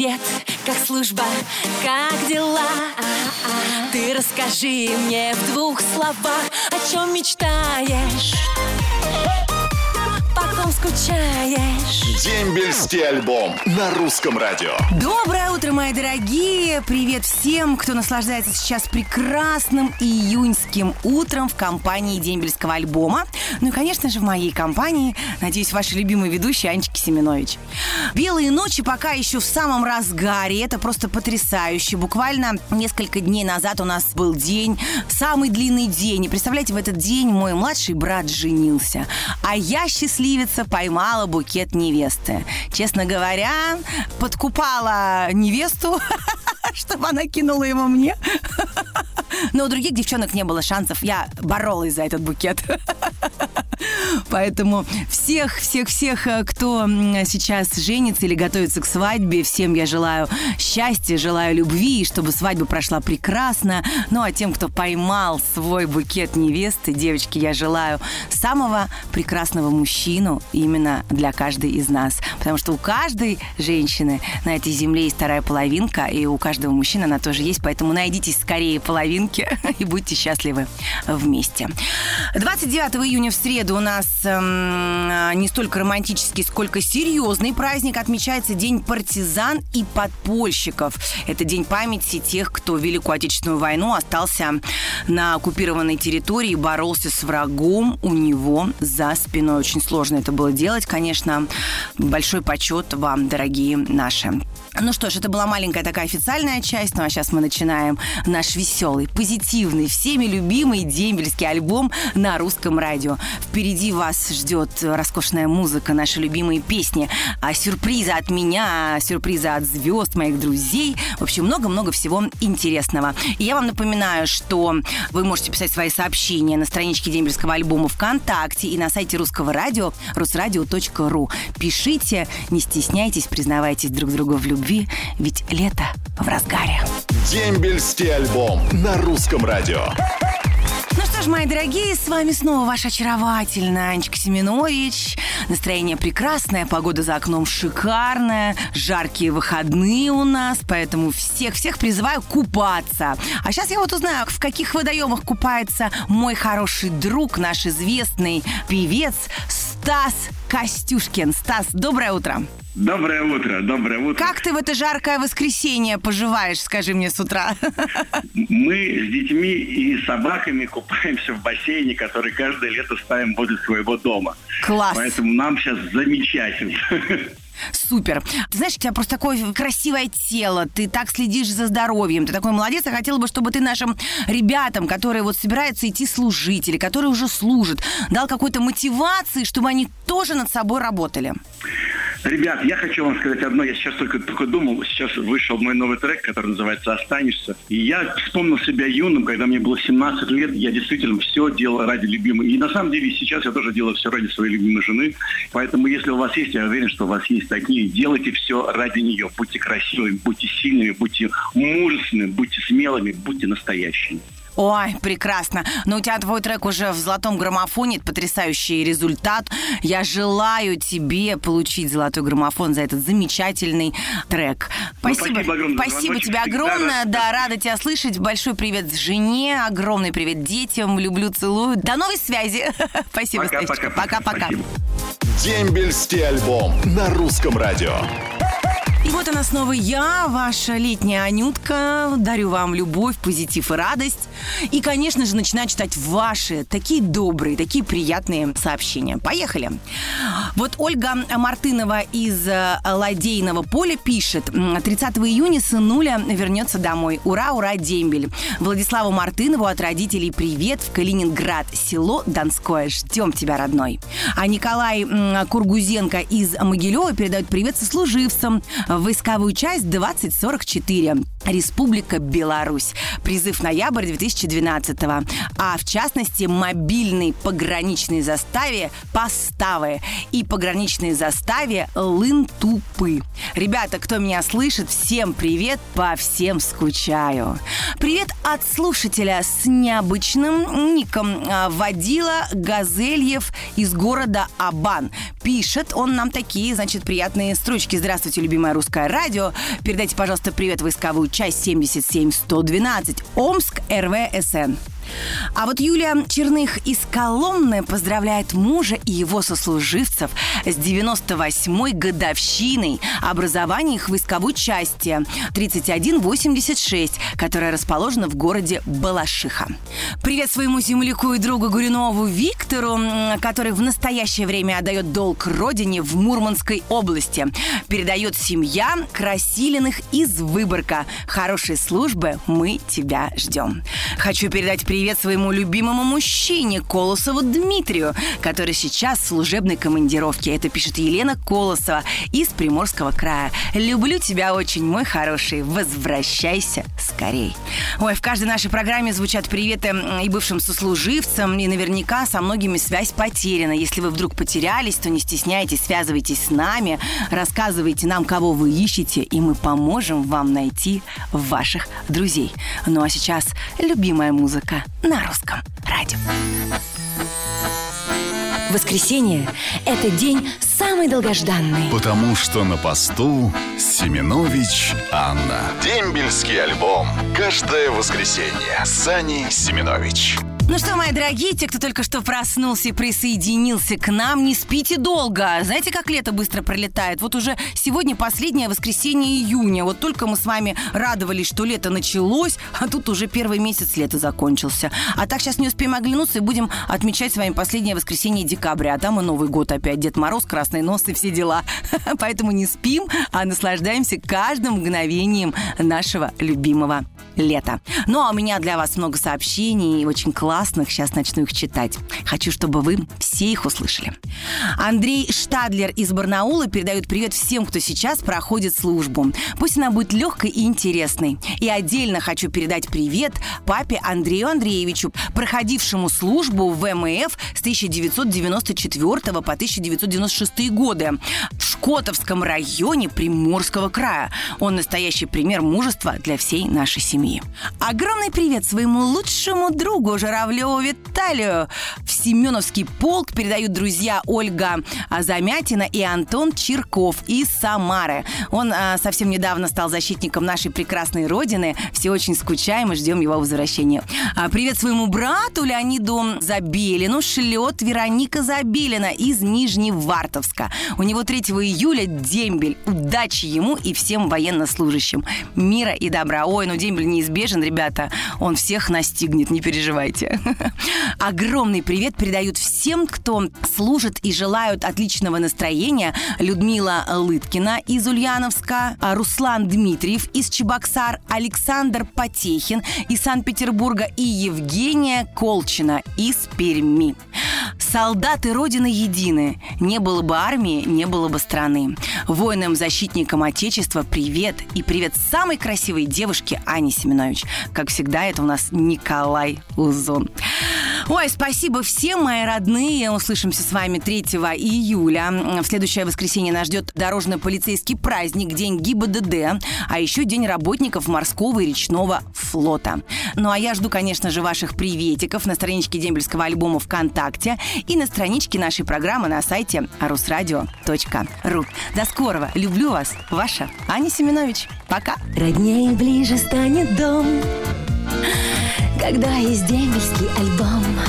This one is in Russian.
привет, как служба, как дела? Ты расскажи мне в 2 словах, о чем мечтаешь, потом скучаешь. Дембельский альбом на русском радио. Доброе утро, мои дорогие! Привет всем, кто наслаждается сейчас прекрасным июньским утром в компании Дембельского альбома. Ну и, конечно же, в моей компании, надеюсь, ваши любимые ведущие Анечка Семенович. Белые ночи пока еще в самом разгаре. Это просто потрясающе. Буквально несколько дней назад у нас был день, самый длинный день. И представляете, в этот день мой младший брат женился. А я, счастливица, поймала букет невесты. Честно говоря, подкупала невесту, чтобы она кинула его мне. Но у других девчонок не было шансов. Я боролась за этот букет. Поэтому всех, кто сейчас женится или готовится к свадьбе, всем я желаю счастья, желаю любви, и чтобы свадьба прошла прекрасно. Ну, а тем, кто поймал свой букет невесты, девочки, я желаю самого прекрасного мужчину именно для каждой из нас. Потому что у каждой женщины на этой земле есть вторая половинка, и у каждого мужчины она тоже есть. Поэтому найдитесь скорее половинки и будьте счастливы вместе. 29 июня в среду у нас не столько романтический, сколько серьезный праздник. Отмечается День партизан и подпольщиков. Это день памяти тех, кто в Великую Отечественную войну остался на оккупированной территории и боролся с врагом у него за спиной. Очень сложно это было делать, конечно. Большой почет вам, дорогие наши. Ну что ж, это была маленькая такая официальная часть. Ну а сейчас мы начинаем наш веселый, позитивный, всеми любимый дембельский альбом на русском радио. Впереди вас ждет роскошная музыка, наши любимые песни, сюрпризы от меня, сюрпризы от звезд, моих друзей. В общем, много-много всего интересного. И я вам напоминаю, что вы можете писать свои сообщения на страничке дембельского альбома ВКонтакте и на сайте русского радио rusradio.ru. Пишите, не стесняйтесь, признавайтесь друг другу в любви, ведь лето в разгаре. Дембельский альбом на русском радио. Ну что ж, мои дорогие, с вами снова ваша очаровательная Анечка Семенович. Настроение прекрасное, погода за окном шикарная, жаркие выходные у нас, поэтому всех призываю купаться. А сейчас я вот узнаю, в каких водоемах купается мой хороший друг, наш известный певец Стас Костюшкин. Стас, доброе утро. Доброе утро, доброе утро. Как ты в это жаркое воскресенье поживаешь, скажи мне с утра? Мы с детьми и собаками купаемся в бассейне, который каждое лето ставим возле своего дома. Класс. Поэтому нам сейчас замечательно. Супер. Ты знаешь, у тебя просто такое красивое тело, ты так следишь за здоровьем, ты такой молодец. Я хотела бы, чтобы ты нашим ребятам, которые вот собираются идти служить или которые уже служат, дал какой-то мотивации, чтобы они тоже над собой работали. Ребят, я хочу вам сказать одно. Я сейчас только думал, сейчас вышел мой новый трек, который называется «Останешься». И я вспомнил себя юным, когда мне было 17 лет. Я действительно все делал ради любимой. И на самом деле сейчас я тоже делаю все ради своей любимой жены. Поэтому если у вас есть, я уверен, что у вас есть такие, делайте все ради нее. Будьте красивыми, будьте сильными, будьте мужественными, будьте смелыми, будьте настоящими. Ой, прекрасно. Но у тебя твой трек уже в золотом граммофоне. Это потрясающий результат. Я желаю тебе получить золотой граммофон за этот замечательный трек. Спасибо, спасибо тебе огромное. Да, рада тебя слышать. Большой привет жене, огромный привет детям. Люблю, целую. До новой связи. Спасибо, Стасечка. Пока-пока. Дембельский альбом на русском радио. И вот она снова я, ваша летняя Анютка. Дарю вам любовь, позитив и радость. И, конечно же, начинаю читать ваши такие добрые, такие приятные сообщения. Поехали. Вот Ольга Мартынова из Ладейного поля пишет: 30 июня сынуля вернется домой. Ура, ура, дембель. Владиславу Мартынову от родителей привет в Калининград, село Донское. Ждем тебя, родной. А Николай Кургузенко из Могилева передает привет сослуживцам в войсковую часть 2044. Республика Беларусь. Призыв ноябрь 2012-го. А в частности, мобильной пограничной заставе Поставы и пограничной заставе Лынтупы. Ребята, кто меня слышит, всем привет, по всем скучаю. Привет от слушателя с необычным ником Водила Газельев из города Абан. Пишет он нам такие, значит, приятные строчки. Здравствуйте, любимое русское Русское радио. Передайте, пожалуйста, привет в войсковую часть 77-112, Омск, РВСН. А вот Юлия Черных из Коломны поздравляет мужа и его сослуживцев с 98-й годовщиной образования их войсковой части 3186, которая расположена в городе Балашиха. Привет своему земляку и другу Гурюнову Виктору, который в настоящее время отдает долг родине в Мурманской области. Передает семья Красилиных из Выборга. Хорошей службы, мы тебя ждем. Хочу передать привет своему любимому мужчине Колосову Дмитрию, который сейчас в служебной командировке. Это пишет Елена Колосова из Приморского края. Люблю тебя очень, мой хороший. Возвращайся скорей. Ой, в каждой нашей программе звучат приветы и бывшим сослуживцам, и наверняка со многими связь потеряна. Если вы вдруг потерялись, то не стесняйтесь, связывайтесь с нами, рассказывайте нам, кого вы ищете, и мы поможем вам найти ваших друзей. Ну а сейчас любимая музыка на Русском радио. Воскресенье – это день самый долгожданный. Потому что на посту Семенович Анна. Дембельский альбом. Каждое воскресенье. Сани Семенович. Ну что, мои дорогие, те, кто только что проснулся и присоединился к нам, не спите долго. Знаете, как лето быстро пролетает? Вот уже сегодня последнее воскресенье июня. Вот только мы с вами радовались, что лето началось, а тут уже первый месяц лета закончился. А так сейчас не успеем оглянуться и будем отмечать с вами последнее воскресенье декабря. А там и Новый год опять. Дед Мороз, Красный нос и все дела. Поэтому не спим, а наслаждаемся каждым мгновением нашего любимого лета. Ну, а у меня для вас много сообщений, очень классных. Сейчас начну их читать. Хочу, чтобы вы все их услышали. Андрей Штадлер из Барнаула передает привет всем, кто сейчас проходит службу. Пусть она будет легкой и интересной. И отдельно хочу передать привет папе Андрею Андреевичу, проходившему службу в ВМФ с 1994 по 1996 годы в Шкотовском районе Приморского края. Он настоящий пример мужества для всей нашей семьи. Огромный привет своему лучшему другу Журавлеву Виталию. В Семеновский полк передают друзья Ольга Замятина и Антон Чирков из Самары. Он совсем недавно стал защитником нашей прекрасной родины. Все очень скучаем и ждем его возвращения. Привет своему брату Леониду Забелину шлет Вероника Забелина из Нижневартовска. У него 3 июля дембель. Удачи ему и всем военнослужащим. Мира и добра. Ой, ну дембель неизбежен, ребята. Он всех настигнет, не переживайте. Огромный привет передают всем, кто служит и желают отличного настроения. Людмила Лыткина из Ульяновска, Руслан Дмитриев из Чебоксар, Александр Потехин из Санкт-Петербурга и Евгения Колчина из Перми. Солдаты Родины едины. Не было бы армии, не было бы страны. Воинам-защитникам Отечества привет. И привет самой красивой девушке Ане Семенович. Как всегда, это у нас Николай Узон. Ой, спасибо всем, мои родные. Услышимся с вами 3 июля. В следующее воскресенье нас ждет дорожно-полицейский праздник, День ГИБДД, а еще День работников морского и речного флота. Ну, а я жду, конечно же, ваших приветиков на страничке дембельского альбома ВКонтакте и на страничке нашей программы на сайте rusradio.ru. До скорого. Люблю вас. Ваша Аня Семенович. Пока. Роднее ближе станет дом, когда есть дембельский альбом.